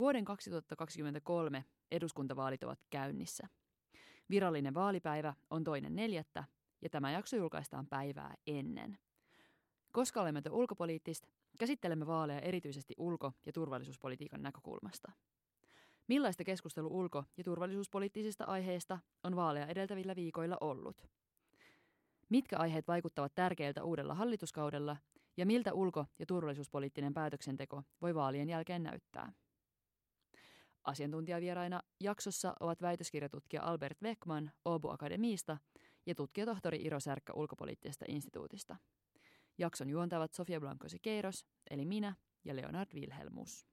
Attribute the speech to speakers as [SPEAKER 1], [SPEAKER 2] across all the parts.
[SPEAKER 1] Vuoden 2023 eduskuntavaalit ovat käynnissä. Virallinen vaalipäivä on 2.4. ja tämä jakso julkaistaan päivää ennen. Koska olemme ulkopoliittista, käsittelemme vaaleja erityisesti ulko- ja turvallisuuspolitiikan näkökulmasta. Millaista keskustelu ulko- ja turvallisuuspoliittisista aiheista on vaaleja edeltävillä viikoilla ollut? Mitkä aiheet vaikuttavat tärkeiltä uudella hallituskaudella ja miltä ulko- ja turvallisuuspoliittinen päätöksenteko voi vaalien jälkeen näyttää? Asiantuntijavieraina jaksossa ovat väitöskirjatutkija Albert Weckman Åbo Akademiista ja tutkijatohtori Iro Särkkä Ulkopoliittisesta instituutista. Jakson juontavat Sofia Blanco-Siqueiros, eli minä ja Leonard Wilhelmus.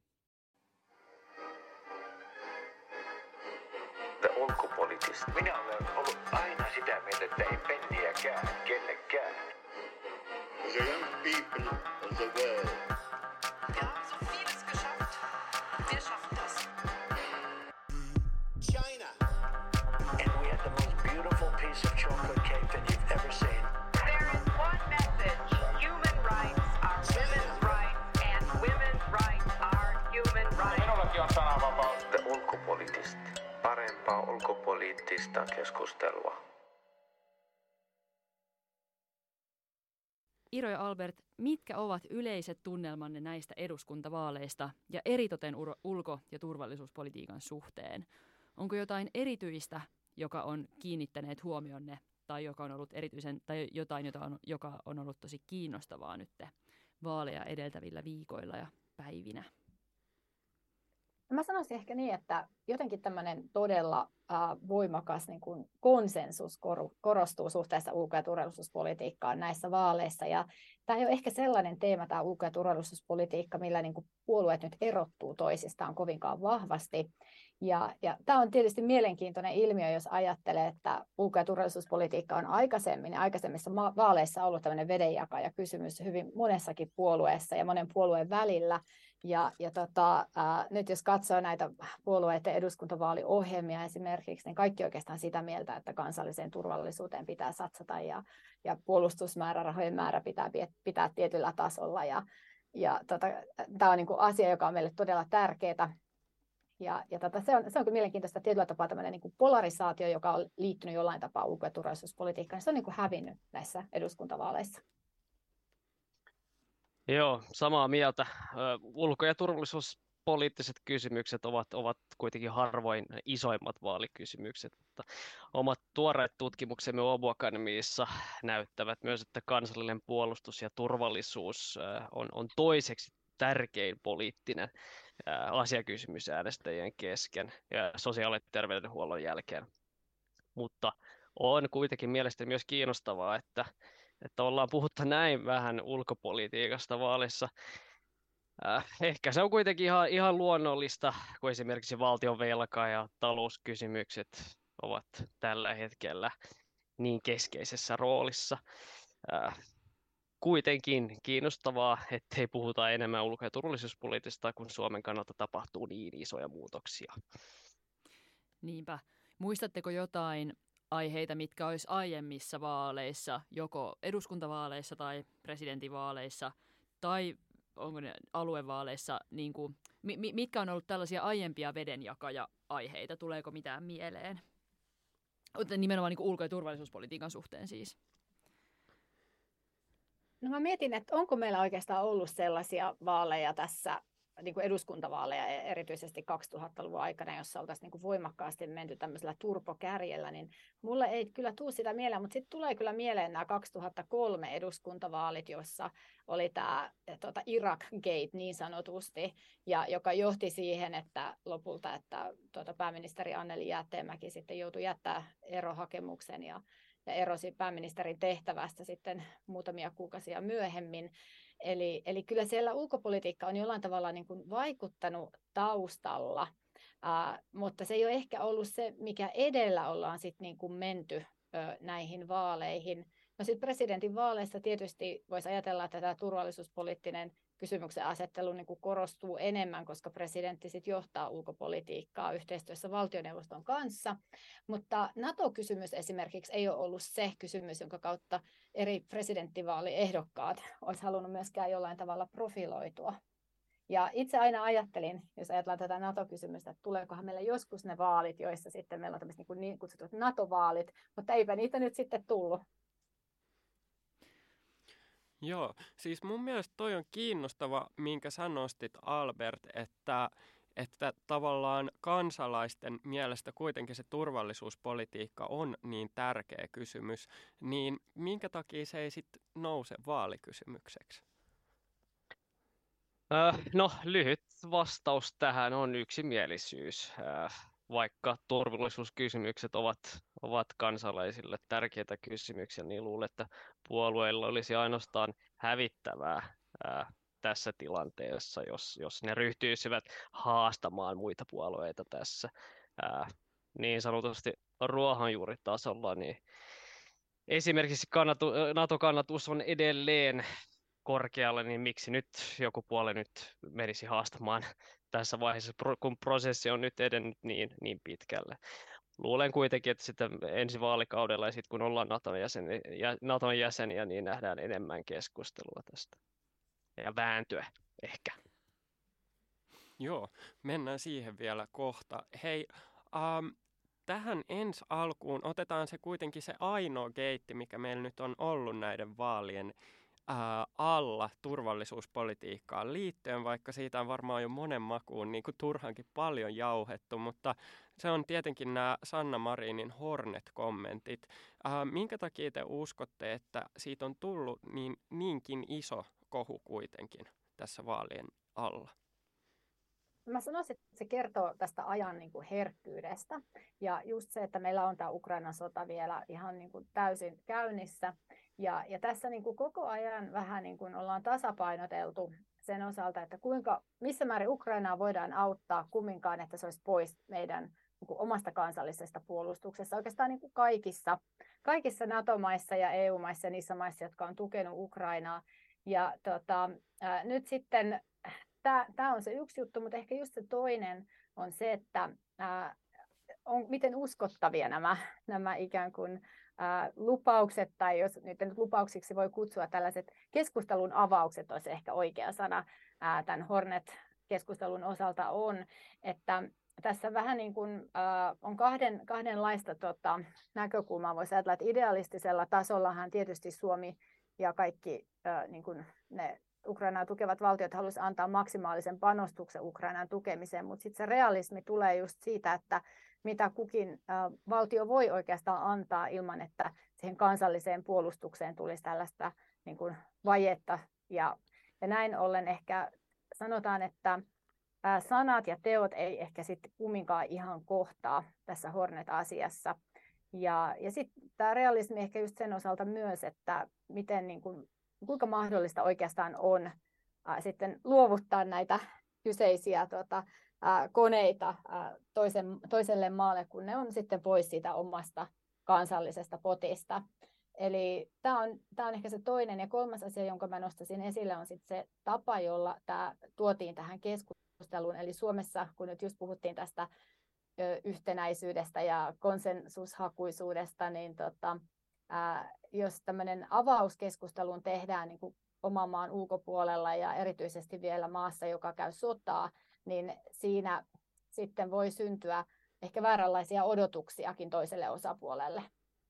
[SPEAKER 2] Ulkopoliittista. Minä olen ollut aina sitä mieltä, että ei penniäkään kellekään.
[SPEAKER 3] The young people of the world.
[SPEAKER 4] Wir haben so vieles geschafft. Wir schaffen das.
[SPEAKER 3] China.
[SPEAKER 2] And we had the most beautiful piece of chocolate cake that you've ever seen.
[SPEAKER 4] There is one message. Human rights are women's rights and women's rights are human rights.
[SPEAKER 5] Minullakin on sananvapaus.
[SPEAKER 2] Ulkopoliittista. Parempaa ulkopoliittista keskustelua.
[SPEAKER 1] Iro ja Albert, mitkä ovat yleiset tunnelmanne näistä eduskuntavaaleista ja eritoten ulko- ja turvallisuuspolitiikan suhteen? Onko jotain erityistä, joka on kiinnittäneet huomionne tai joka on ollut erityisen tai jotain, joka on ollut tosi kiinnostavaa nyt vaaleja edeltävillä viikoilla ja päivinä?
[SPEAKER 6] Mä sanoisin ehkä niin, että jotenkin tämmöinen todella voimakas niin kuin konsensus korostuu suhteessa ulko- ja turvallisuuspolitiikkaan näissä vaaleissa. Ja tämä ei ole ehkä sellainen teema, tämä ulko- ja turvallisuuspolitiikka, millä niin kuin puolueet nyt erottuu toisistaan kovinkaan vahvasti. Ja tämä on tietysti mielenkiintoinen ilmiö, jos ajattelee, että ulko- ja turvallisuuspolitiikka on aikaisemmissa vaaleissa ollut tämmöinen vedenjakaja kysymys hyvin monessakin puolueessa ja monen puolueen välillä. Nyt jos katsoo näitä puolueiden eduskuntavaaliohjelmia esimerkiksi, niin kaikki oikeastaan sitä mieltä, että kansalliseen turvallisuuteen pitää satsata ja puolustusmäärärahojen määrä pitää tietyllä tasolla. Tämä on niin kuin asia, joka on meille todella tärkeää. Se on kyllä mielenkiintoista tietyllä tapaa tämmöinen niin kuin polarisaatio, joka on liittynyt jollain tapaa ulko- ja turvallisuuspolitiikkaan, niin se on niin kuin hävinnyt näissä eduskuntavaaleissa.
[SPEAKER 7] Joo, samaa mieltä. Ulko- ja turvallisuuspoliittiset kysymykset ovat kuitenkin harvoin isoimmat vaalikysymykset, mutta omat tuoreet tutkimuksemme Åbo Akademiissa näyttävät myös, että kansallinen puolustus ja turvallisuus on toiseksi tärkein poliittinen asiakysymys äänestäjien kesken ja sosiaali- ja terveydenhuollon jälkeen. Mutta on kuitenkin mielestäni myös kiinnostavaa, että ollaan puhuttu näin vähän ulkopolitiikasta vaalissa. Ehkä se on kuitenkin ihan luonnollista, kun esimerkiksi valtionvelka ja talouskysymykset ovat tällä hetkellä niin keskeisessä roolissa. Kuitenkin kiinnostavaa, ettei puhuta enemmän ulko- ja turvallisuuspoliittisesta, kun Suomen kannalta tapahtuu niin isoja muutoksia.
[SPEAKER 1] Niinpä. Muistatteko jotain aiheita, mitkä olisi aiemmissa vaaleissa, joko eduskuntavaaleissa tai presidentinvaaleissa, tai onko ne aluevaaleissa, niin kuin, mitkä on ollut tällaisia aiempia vedenjakaja-aiheita? Tuleeko mitään mieleen? Nimenomaan niin kuin ulko- ja turvallisuuspolitiikan suhteen siis.
[SPEAKER 6] No mä mietin, että onko meillä oikeastaan ollut sellaisia vaaleja tässä, niin kuin eduskuntavaaleja erityisesti 2000-luvun aikana, jossa oltaisiin niin kuin voimakkaasti menty tämmöisellä turbokärjellä, niin mulle ei kyllä tule sitä mieleen, mutta sitten tulee kyllä mieleen nämä 2003 eduskuntavaalit, jossa oli tämä Irak-gate niin sanotusti, ja joka johti siihen, että lopulta pääministeri Anneli Jäätteenmäki sitten joutui jättää erohakemuksen ja erosi pääministerin tehtävästä sitten muutamia kuukausia myöhemmin. Eli kyllä siellä ulkopolitiikka on jollain tavalla niin kuin vaikuttanut taustalla, mutta se ei ole ehkä ollut se, mikä edellä ollaan sitten niin kuin menty näihin vaaleihin. No sitten presidentin vaaleissa tietysti voisi ajatella, että tämä turvallisuuspoliittinen kysymyksen asettelu niin kuin korostuu enemmän, koska presidentti sit johtaa ulkopolitiikkaa yhteistyössä valtioneuvoston kanssa. Mutta NATO-kysymys esimerkiksi ei ole ollut se kysymys, jonka kautta eri presidenttivaaliehdokkaat olisi halunnut myöskään jollain tavalla profiloitua. Ja itse aina ajattelin, jos ajatellaan tätä NATO-kysymystä, että tuleekohan meillä joskus ne vaalit, joissa sitten meillä on tämmöiset niin kutsutut NATO-vaalit, mutta eipä niitä nyt sitten tullut.
[SPEAKER 5] Joo, siis mun mielestä toi on kiinnostava, minkä sä nostit, Albert, että tavallaan kansalaisten mielestä kuitenkin se turvallisuuspolitiikka on niin tärkeä kysymys, niin minkä takia se ei sitten nouse vaalikysymykseksi?
[SPEAKER 7] No, lyhyt vastaus tähän on yksimielisyys. Vaikka turvallisuuskysymykset ovat kansalaisille tärkeitä kysymyksiä, niin luulen, että puolueilla olisi ainoastaan hävittävää tässä tilanteessa, jos ne ryhtyisivät haastamaan muita puolueita tässä niin sanotusti ruohonjuuritasolla, niin esimerkiksi NATO-kannatus on edelleen korkealle, niin miksi nyt joku puolue nyt menisi haastamaan tässä vaiheessa, kun prosessi on nyt edennyt niin pitkälle. Luulen kuitenkin, että sitten ensi vaalikaudella ja sitten kun ollaan Naton jäseniä, niin nähdään enemmän keskustelua tästä ja vääntöä ehkä.
[SPEAKER 5] Joo, mennään siihen vielä kohta. Hei, tähän ensi alkuun otetaan se kuitenkin se ainoa geitti, mikä meillä nyt on ollut näiden vaalien alla turvallisuuspolitiikkaan liittyen, vaikka siitä on varmaan jo monen makuun niin kuin turhankin paljon jauhettu, mutta se on tietenkin nämä Sanna Marinin Hornet-kommentit. Minkä takia te uskotte, että siitä on tullut niinkin iso kohu kuitenkin tässä vaalien alla?
[SPEAKER 6] Mä sanoisin, että se kertoo tästä ajan niin kuin herkkyydestä ja just se, että meillä on tämä Ukrainan sota vielä ihan niin kuin täysin käynnissä. Ja tässä niin kuin koko ajan vähän niin kuin ollaan tasapainoteltu sen osalta, että missä määrin Ukrainaa voidaan auttaa kumminkaan, että se olisi pois meidän niin kuin omasta kansallisesta puolustuksesta. Oikeastaan niin kuin kaikissa NATO-maissa ja EU-maissa ja niissä maissa, jotka on tukenut Ukrainaa. Ja nyt sitten tämä on se yksi juttu, mutta ehkä just se toinen on se, että miten uskottavia nämä ikään kuin lupaukset, tai jos niitä nyt lupauksiksi voi kutsua, tällaiset keskustelun avaukset olisi ehkä oikea sana tämän Hornet-keskustelun osalta on, että tässä vähän niin kuin on kahdenlaista näkökulmaa. Voisi ajatella, että idealistisella tasollahan tietysti Suomi ja kaikki niin kuin ne Ukrainaa tukevat valtiot haluaisivat antaa maksimaalisen panostuksen Ukrainan tukemiseen, mutta sitten se realismi tulee just siitä, että mitä kukin valtio voi oikeastaan antaa ilman, että siihen kansalliseen puolustukseen tulisi tällaista niin kuin vajetta. Ja näin ollen ehkä sanotaan, että sanat ja teot ei ehkä sitten kumminkaan ihan kohtaa tässä Hornet-asiassa. Ja sitten tämä realismi ehkä just sen osalta myös, että miten niin kuin kuinka mahdollista oikeastaan on sitten luovuttaa näitä kyseisiä koneita toiselle maalle, kun ne on sitten pois siitä omasta kansallisesta potista. Eli tämä on ehkä se toinen. Ja kolmas asia, jonka mä nostaisin esille, on sitten se tapa, jolla tämä tuotiin tähän keskusteluun. Eli Suomessa, kun nyt just puhuttiin tästä yhtenäisyydestä ja konsensushakuisuudesta, niin jos tämmöinen avauskeskusteluun tehdään niin kuin oman maan ulkopuolella ja erityisesti vielä maassa, joka käy sotaa, niin siinä sitten voi syntyä ehkä vääränlaisia odotuksiakin toiselle osapuolelle.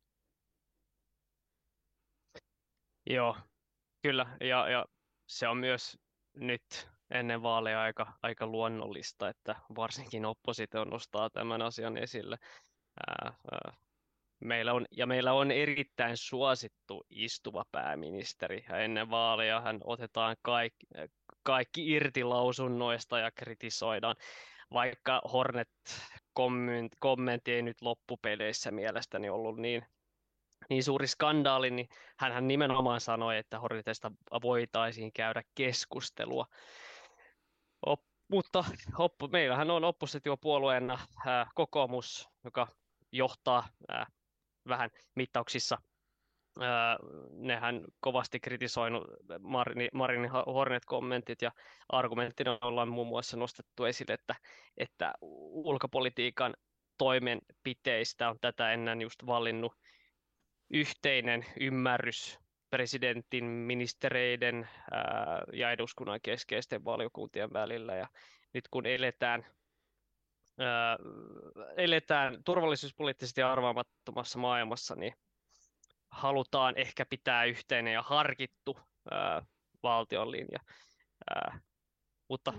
[SPEAKER 7] Joo, kyllä. Ja se on myös nyt ennen vaaleja aika luonnollista, että varsinkin oppositio nostaa tämän asian esille. Meillä on erittäin suosittu istuva pääministeri, ja ennen vaaleja hän otetaan kaikki irti lausunnoista ja kritisoidaan, vaikka Hornet-kommentti ei nyt loppupeleissä mielestäni ollut niin suuri skandaali, niin hän nimenomaan sanoi, että Hornetista voitaisiin käydä keskustelua. Mutta meillähän on oppositiopuolueena kokoomus, joka johtaa vähän mittauksissa. Nehän kovasti kritisoinut Marinin Hornet-kommentit ja argumenttina ollaan muun muassa nostettu esille, että ulkopolitiikan toimenpiteistä on tätä ennen just vallinnut yhteinen ymmärrys presidentin, ministereiden ja eduskunnan keskeisten valiokuntien välillä. Ja nyt kun eletään turvallisuuspoliittisesti arvaamattomassa maailmassa, niin halutaan ehkä pitää yhteinen ja harkittu valtion linja. Mutta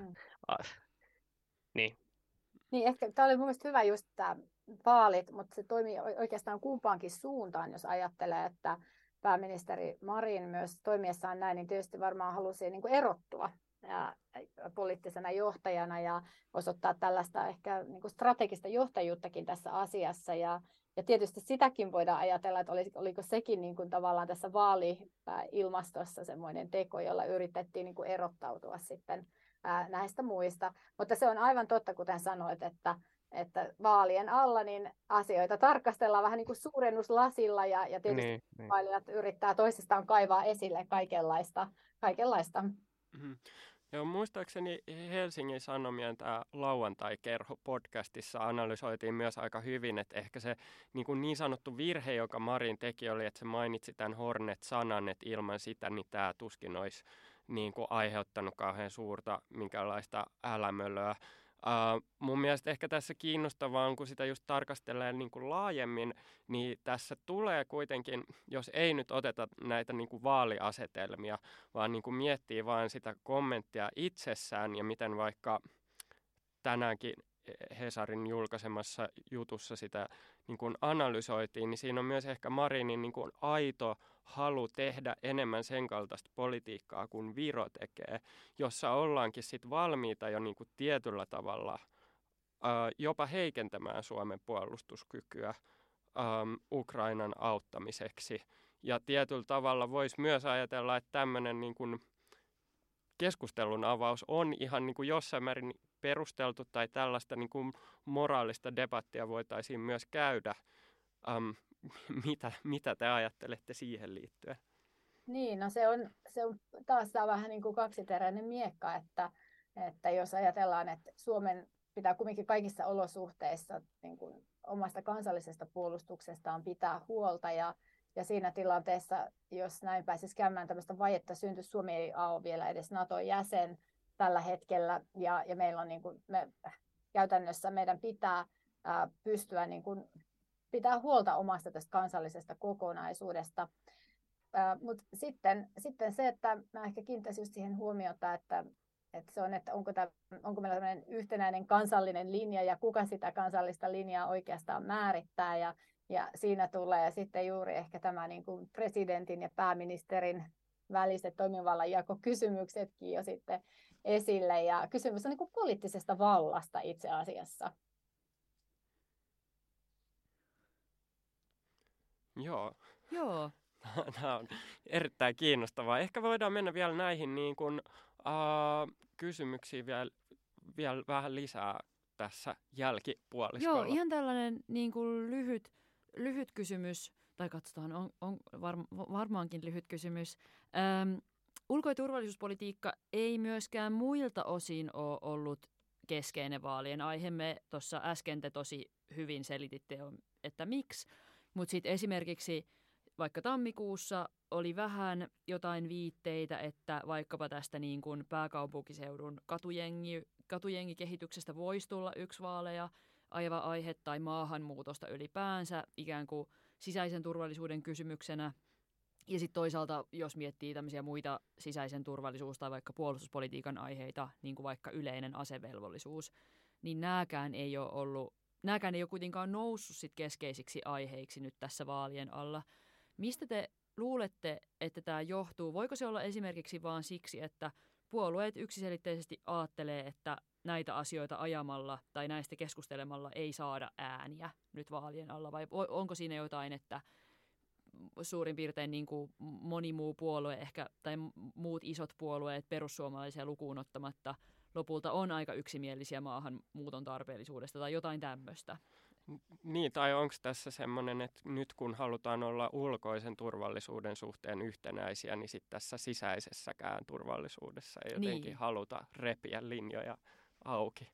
[SPEAKER 7] niin.
[SPEAKER 6] Niin, ehkä tämä oli mun mielestä hyvä just tämä vaalit, mutta se toimii oikeastaan kumpaankin suuntaan, jos ajattelee, että pääministeri Marin myös toimiessaan näin, niin tietysti varmaan halusi niin kuin erottua poliittisena johtajana ja osoittaa tällaista ehkä niin kuin strategista johtajuuttakin tässä asiassa. Ja tietysti sitäkin voidaan ajatella, että oliko sekin niin kuin tavallaan tässä vaali-ilmastossa semmoinen teko, jolla yritettiin niin kuin erottautua sitten näistä muista. Mutta se on aivan totta, kuten sanoit, että vaalien alla niin asioita tarkastellaan vähän niin kuin suurennuslasilla ja tietysti vaalijat yrittää toisistaan kaivaa esille kaikenlaista.
[SPEAKER 5] Mm-hmm. Joo, muistaakseni Helsingin Sanomien tämä Lauantai-kerho-podcastissa analysoitiin myös aika hyvin, että ehkä se niin sanottu virhe, joka Marin teki, oli, että se mainitsi tämän Hornet-sanan, että ilman sitä niin tämä tuskin olisi niin kuin aiheuttanut kauhean suurta minkälaista älämölöä. Mun mielestä ehkä tässä kiinnostavaa on, kun sitä just tarkastelee niin kuin laajemmin, niin tässä tulee kuitenkin, jos ei nyt oteta näitä niin kuin vaaliasetelmia, vaan niin kuin miettii vain sitä kommenttia itsessään ja miten vaikka tänäänkin Hesarin julkaisemassa jutussa sitä niin kuin analysoitiin, niin siinä on myös ehkä Marinin niin kuin aito halu tehdä enemmän sen kaltaista politiikkaa kuin Viro tekee, jossa ollaankin sit valmiita jo niin kuin tietyllä tavalla jopa heikentämään Suomen puolustuskykyä Ukrainan auttamiseksi. Ja tietyllä tavalla voisi myös ajatella, että tämmöinen niin kuin keskustelun avaus on ihan niin kuin jossain määrin perusteltu tai tällaista niin kuin moraalista debattia voitaisiin myös käydä. Mitä te ajattelette siihen liittyen?
[SPEAKER 6] Niin, no se on taas vähän niin kuin kaksiteräinen miekka, että jos ajatellaan, että Suomen pitää kuitenkin kaikissa olosuhteissa niin kuin omasta kansallisesta puolustuksestaan pitää huolta ja siinä tilanteessa, jos näin pääsisi käymään tämmöistä vajetta syntyy, Suomi ei ole vielä edes NATO-jäsen tällä hetkellä ja meillä on niin kuin, käytännössä meidän pitää pystyä niin kuin pitää huolta omasta tästä kansallisesta kokonaisuudesta. Mutta sitten se, että mä ehkä kiinnittäisin just siihen huomiota, että se on, että onko meillä tämmöinen yhtenäinen kansallinen linja ja kuka sitä kansallista linjaa oikeastaan määrittää. Ja siinä tulee sitten juuri ehkä tämä niin kuin presidentin ja pääministerin väliset toimivallan jakokysymyksetkin jo sitten esille. Ja kysymys on niin kuin poliittisesta vallasta itse asiassa.
[SPEAKER 5] Joo. Tämä on erittäin kiinnostavaa. Ehkä voidaan mennä vielä näihin niin kuin, kysymyksiin vielä vähän lisää tässä jälkipuoliskolla.
[SPEAKER 1] Joo, ihan tällainen niin kuin lyhyt kysymys, tai katsotaan, on varmaankin lyhyt kysymys. Ulko- ja turvallisuuspolitiikka ei myöskään muilta osin ole ollut keskeinen vaalien aihe. Me tuossa äsken te tosi hyvin selititte, että miksi. Mutta sitten esimerkiksi vaikka tammikuussa oli vähän jotain viitteitä, että vaikkapa tästä niin kuin pääkaupunkiseudun katujengikehityksestä voisi tulla yksi vaaleja aiva aihe tai maahanmuutosta ylipäänsä ikään kuin sisäisen turvallisuuden kysymyksenä. Ja sitten toisaalta, jos miettii tämmöisiä muita sisäisen turvallisuus- tai vaikka puolustuspolitiikan aiheita, niin kuin vaikka yleinen asevelvollisuus, niin nämäkään ei ole kuitenkaan noussut sit keskeisiksi aiheiksi nyt tässä vaalien alla. Mistä te luulette, että tämä johtuu? Voiko se olla esimerkiksi vain siksi, että puolueet yksiselitteisesti ajattelee, että näitä asioita ajamalla tai näistä keskustelemalla ei saada ääniä nyt vaalien alla? Vai onko siinä jotain, että suurin piirtein niin kuin moni muu puolue ehkä, tai muut isot puolueet perussuomalaisia lukuun ottamatta lopulta on aika yksimielisiä maahanmuuton tarpeellisuudesta tai jotain tämmöistä?
[SPEAKER 5] Niin, tai onko tässä semmoinen, että nyt kun halutaan olla ulkoisen turvallisuuden suhteen yhtenäisiä, niin sitten tässä sisäisessäkään turvallisuudessa ei jotenkin haluta repiä linjoja auki?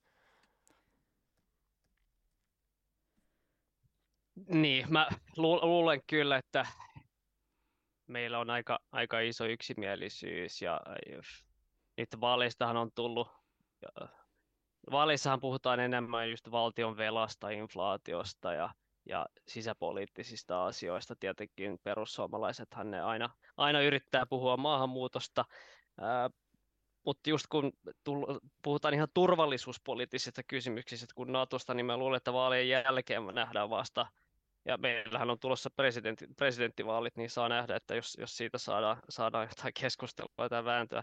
[SPEAKER 7] Niin, mä luulen kyllä, että meillä on aika iso yksimielisyys ja nyt vaaleistahan on tullut, vaaleissahan puhutaan enemmän just valtion velasta, inflaatiosta ja sisäpoliittisista asioista. Tietenkin perussuomalaisethan ne aina yrittää puhua maahanmuutosta, mutta just kun puhutaan ihan turvallisuuspoliittisista kysymyksistä, kun NATOsta, niin mä luulen, että vaalien jälkeen me nähdään vasta, ja meillähän on tulossa presidenttivaalit, niin saa nähdä, että jos siitä saadaan jotain keskustelua tai vääntöä.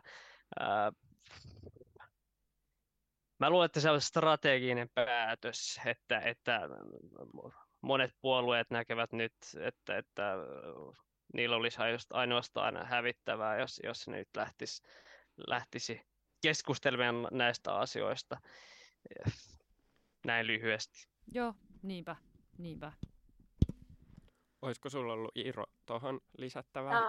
[SPEAKER 7] Mä luulen, että se on strateginen päätös, että monet puolueet näkevät nyt, että niillä olisi ainoastaan hävittävää, jos ne nyt lähtisi keskustelemaan näistä asioista näin lyhyesti.
[SPEAKER 1] Joo, niinpä.
[SPEAKER 5] Olisiko sulla ollut Iiro tuohon lisättävää?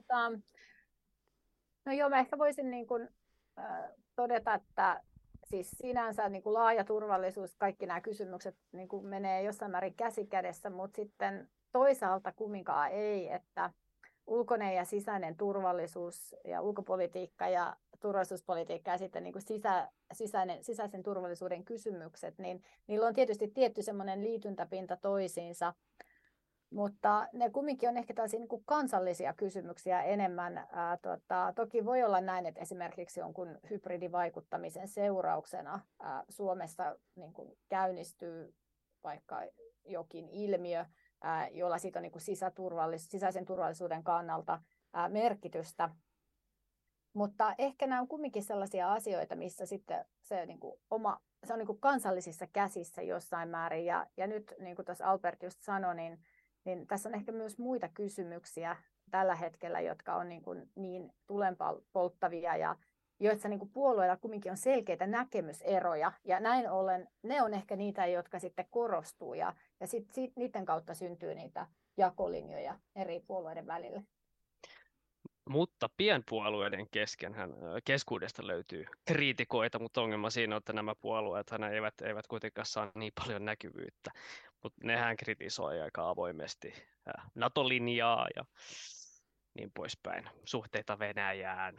[SPEAKER 6] No joo, mä ehkä voisin niin kuin, todeta, että siis sinänsä niin kuin laaja turvallisuus, kaikki nämä kysymykset niin kuin menee jossain määrin käsi kädessä, mutta sitten toisaalta kumminkaan ei, että ulkoinen ja sisäinen turvallisuus ja ulkopolitiikka ja turvallisuuspolitiikka ja sitten niin kuin sisäisen turvallisuuden kysymykset, niin niillä on tietysti tietty semmoinen liityntäpinta toisiinsa, mutta ne kumminkin on ehkä tällaisia niin kuin kansallisia kysymyksiä enemmän. Toki voi olla näin, että esimerkiksi jonkun hybridivaikuttamisen seurauksena Suomessa niin kuin käynnistyy vaikka jokin ilmiö, jolla siitä on niin kuin sisäisen turvallisuuden kannalta merkitystä. Mutta ehkä nämä on kumminkin sellaisia asioita, missä sitten se, niin kuin se on niin kuin kansallisissa käsissä jossain määrin. Ja nyt, niin kuin tuossa Albert just sanoi, niin tässä on ehkä myös muita kysymyksiä tällä hetkellä, jotka on niin tulenpolttavia ja joissa niin kuin puolueilla kumminkin on selkeitä näkemyseroja. Ja näin ollen ne on ehkä niitä, jotka sitten korostuu ja sitten niiden kautta syntyy niitä jakolinjoja eri puolueiden välillä.
[SPEAKER 7] Mutta pienpuolueiden keskuudesta löytyy kriitikoita, mutta ongelma siinä on, että nämä puolueet eivät kuitenkaan saa niin paljon näkyvyyttä. Mutta nehän kritisoi aika avoimesti NATO-linjaa ja niin poispäin, suhteita Venäjään.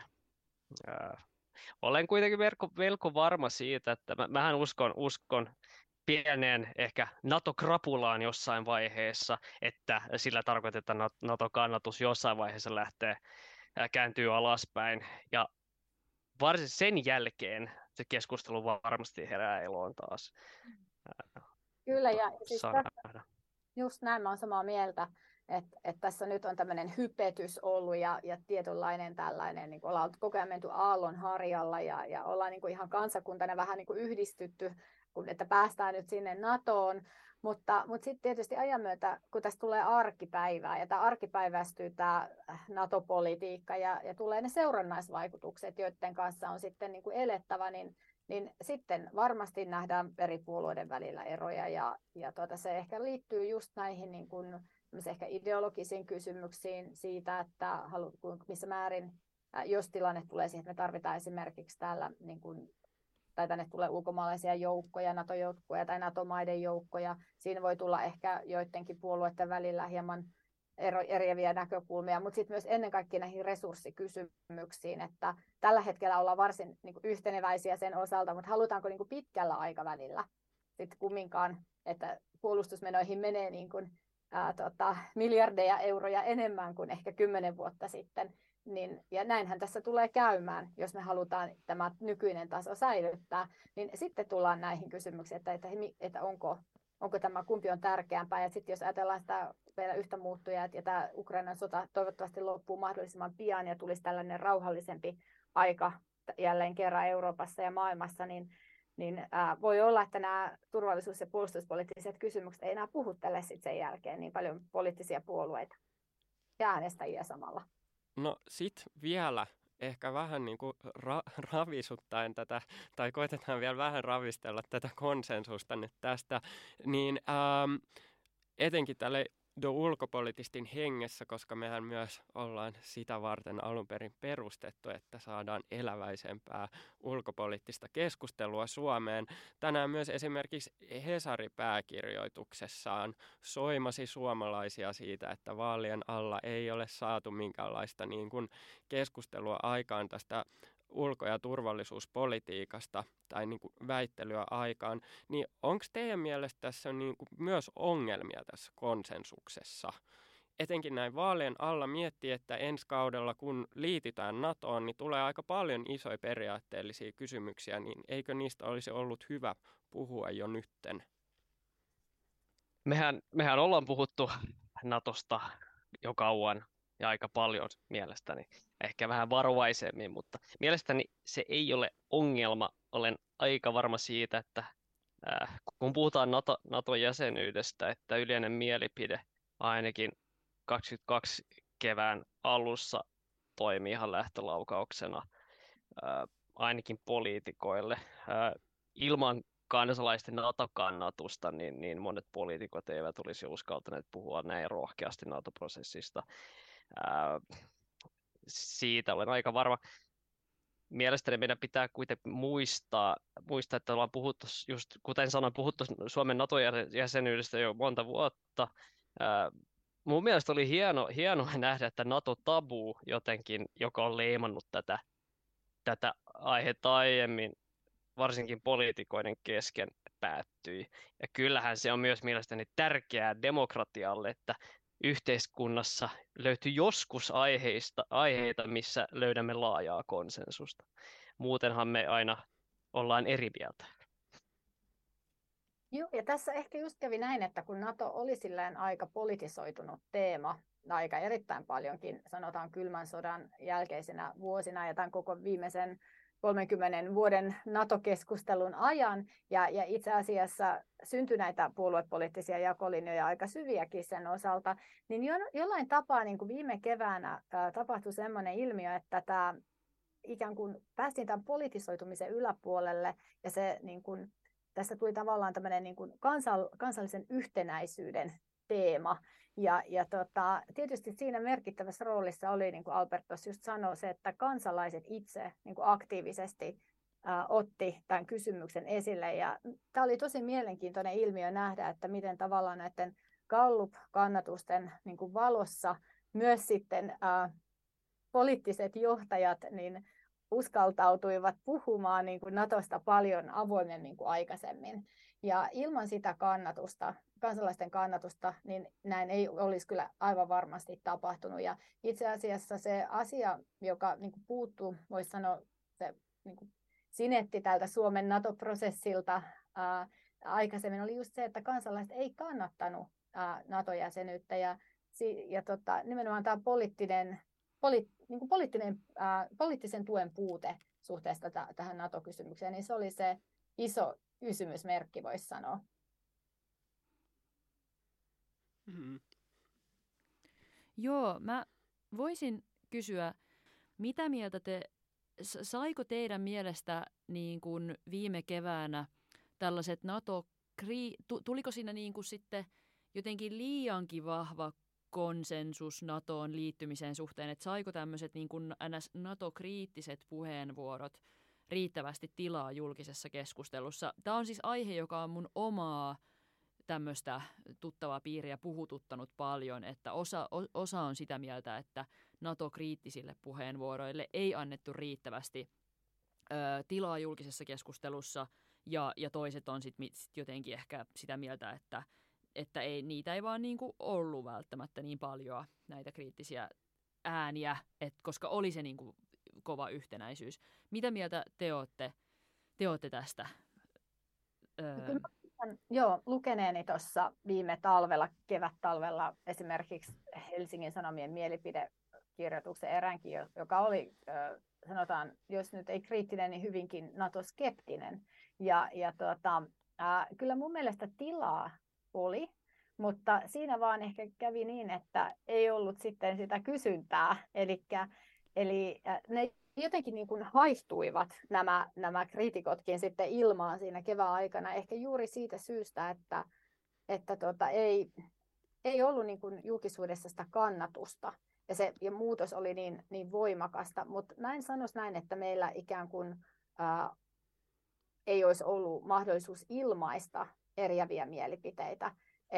[SPEAKER 7] Olen kuitenkin melko varma siitä, että mähän uskon pieneen ehkä NATO-krapulaan jossain vaiheessa, että sillä tarkoitetaan NATO-kannatus jossain vaiheessa kääntyy alaspäin. Ja varsin sen jälkeen se keskustelu varmasti herää eloon taas.
[SPEAKER 6] Kyllä, ja siis just näin mä olen samaa mieltä, että tässä nyt on tämmöinen hypetys ollut ja tietynlainen tällainen, niin kuin ollaan koko ajan menty aallonharjalla ja ollaan niin kuin ihan kansakuntana vähän niin kuin yhdistytty, että päästään nyt sinne NATOon, mutta sitten tietysti ajan myötä, kun tässä tulee arkipäivää ja tämä arkipäiväistyy tämä NATO-politiikka ja tulee ne seurannaisvaikutukset, joiden kanssa on sitten niin kuin elettävä, niin sitten varmasti nähdään eri puolueiden välillä eroja ja se ehkä liittyy just näihin niin kuin, ehkä ideologisiin kysymyksiin siitä, että missä määrin, jos tilanne tulee siihen, että me tarvitaan esimerkiksi täällä niin kuin, tai tänne tulee ulkomaalaisia joukkoja, NATO-joukkoja tai NATO-maiden joukkoja. Siinä voi tulla ehkä joidenkin puolueiden välillä hieman eriäviä näkökulmia, mutta sitten myös ennen kaikkea näihin resurssikysymyksiin, että tällä hetkellä ollaan varsin niin kuin yhteneväisiä sen osalta, mutta halutaanko niin kuin pitkällä aikavälillä sitten kumminkaan, että puolustusmenoihin menee niin kuin, miljardeja euroja enemmän kuin ehkä 10 vuotta sitten. Ja näinhän tässä tulee käymään, jos me halutaan tämä nykyinen taso säilyttää, niin sitten tullaan näihin kysymyksiin, että onko tämä, kumpi on tärkeämpää. Ja sitten jos ajatellaan sitä vielä yhtä muuttujaa, ja tämä Ukrainan sota toivottavasti loppuu mahdollisimman pian ja tulisi tällainen rauhallisempi aika jälleen kerran Euroopassa ja maailmassa, niin voi olla, että nämä turvallisuus- ja puolustuspoliittiset kysymykset ei enää puhuttele sitten sen jälkeen niin paljon poliittisia puolueita ja äänestäjiä samalla.
[SPEAKER 5] No sit vielä ehkä vähän niin kuin ravisuttaen tätä, tai koitetaan vielä vähän ravistella tätä konsensusta nyt tästä, niin etenkin tälle The Ulkopolitistin hengessä, koska mehän myös ollaan sitä varten alun perin perustettu, että saadaan eläväisempää ulkopoliittista keskustelua Suomeen. Tänään myös esimerkiksi Hesari pääkirjoituksessaan soimasi suomalaisia siitä, että vaalien alla ei ole saatu minkäänlaista niin kuin keskustelua aikaan tästä ulko- ja turvallisuuspolitiikasta tai niin kuin väittelyä aikaan, niin onko teidän mielestä tässä niin kuin myös ongelmia tässä konsensuksessa? Etenkin näin vaalien alla miettii, että ensi kaudella kun liitytään NATOon, niin tulee aika paljon isoja periaatteellisia kysymyksiä, niin eikö niistä olisi ollut hyvä puhua jo nytten?
[SPEAKER 7] Mehän ollaan puhuttu NATOsta jo kauan ja aika paljon mielestäni. Ehkä vähän varovaisemmin, mutta mielestäni se ei ole ongelma. Olen aika varma siitä, että kun puhutaan NATO-jäsenyydestä, että yleinen mielipide ainakin 22 kevään alussa toimii ihan lähtölaukauksena ainakin poliitikoille. Ilman kansalaisten NATO-kannatusta, niin monet poliitikot eivät olisi uskaltaneet puhua näin rohkeasti NATO-prosessista. Siitä olen aika varma. Mielestäni meidän pitää kuitenkin muistaa, että ollaan puhuttu, just kuten sanoin, puhuttu Suomen NATO-jäsenyydestä jo monta vuotta. Mun mielestä oli hienoa nähdä, että NATO-tabu jotenkin, joka on leimannut tätä aihetta aiemmin, varsinkin poliitikoiden kesken, päättyi. Ja kyllähän se on myös mielestäni tärkeää demokratialle, että yhteiskunnassa löytyy joskus aiheita, missä löydämme laajaa konsensusta. Muutenhan me aina ollaan eri mieltä.
[SPEAKER 6] Joo, ja tässä ehkä just kävi näin, että kun NATO oli silleen aika politisoitunut teema, aika erittäin paljonkin, sanotaan kylmän sodan jälkeisenä vuosina ja tämän koko viimeisen 30 vuoden NATO-keskustelun ajan, ja itse asiassa syntyi näitä puoluepoliittisia jakolinjoja aika syviäkin sen osalta, niin jollain tapaa niin kuin viime keväänä tapahtui sellainen ilmiö, että tämä ikään kuin päästiin tämän politisoitumisen yläpuolelle, ja se niin kuin, tästä tuli tavallaan tämmöinen niin kuin kansallisen yhtenäisyyden teema. Ja tietysti siinä merkittävässä roolissa oli, niin kuin Albert just sanoi, se, että kansalaiset itse niin kuin aktiivisesti otti tämän kysymyksen esille. Ja tämä oli tosi mielenkiintoinen ilmiö nähdä, että miten tavallaan näiden Gallup-kannatusten niin kuin valossa myös sitten poliittiset johtajat niin uskaltautuivat puhumaan niin kuin NATOsta paljon avoimemmin kuin aikaisemmin. Ja ilman sitä kannatusta, kansalaisten kannatusta, niin näin ei olisi kyllä aivan varmasti tapahtunut. Ja itse asiassa se asia, joka niin kuin puuttuu, voisi sanoa, se niin kuin sinetti tältä Suomen NATO-prosessilta aikaisemmin oli just se, että kansalaiset ei kannattanut NATO-jäsenyyttä. Ja nimenomaan tämä poliittisen tuen puute suhteessa tähän NATO-kysymykseen, niin se oli se iso kysymysmerkki, voisi sanoa.
[SPEAKER 5] Mm-hmm.
[SPEAKER 1] Joo, mä voisin kysyä, mitä mieltä saiko teidän mielestä niin kuin viime keväänä tällaiset tuliko siinä niin kuin sitten jotenkin liiankin vahva konsensus NATOon liittymisen suhteen, että saiko tämmöiset niin kuin NATO-kriittiset puheenvuorot riittävästi tilaa julkisessa keskustelussa? Tämä on siis aihe, joka on mun omaa tämmöistä tuttavaa piiriä puhututtanut paljon, että osa on sitä mieltä, että NATO-kriittisille puheenvuoroille ei annettu riittävästi tilaa julkisessa keskustelussa, ja toiset on sitten jotenkin ehkä sitä mieltä, että niitä ei vaan niinku ollut välttämättä niin paljon näitä kriittisiä ääniä, koska oli se niinku kova yhtenäisyys. Mitä mieltä te ootte tästä?
[SPEAKER 6] Joo, lukeneeni tuossa viime talvella, kevättalvella esimerkiksi Helsingin Sanomien mielipidekirjoituksen eränkin, joka oli, sanotaan, jos nyt ei kriittinen, niin hyvinkin NATO-skeptinen. Kyllä mun mielestä tilaa oli, mutta siinä vaan ehkä kävi niin, että ei ollut sitten sitä kysyntää. Eli ne jotenkin niin kuin haihtuivat nämä kriitikotkin sitten ilmaan siinä kevään aikana, ehkä juuri siitä syystä, että ei ollut niin kuin julkisuudessa sitä kannatusta ja muutos oli niin voimakasta, mutta mä en sanoisi näin, että meillä ikään kuin ei olisi ollut mahdollisuus ilmaista eriäviä mielipiteitä,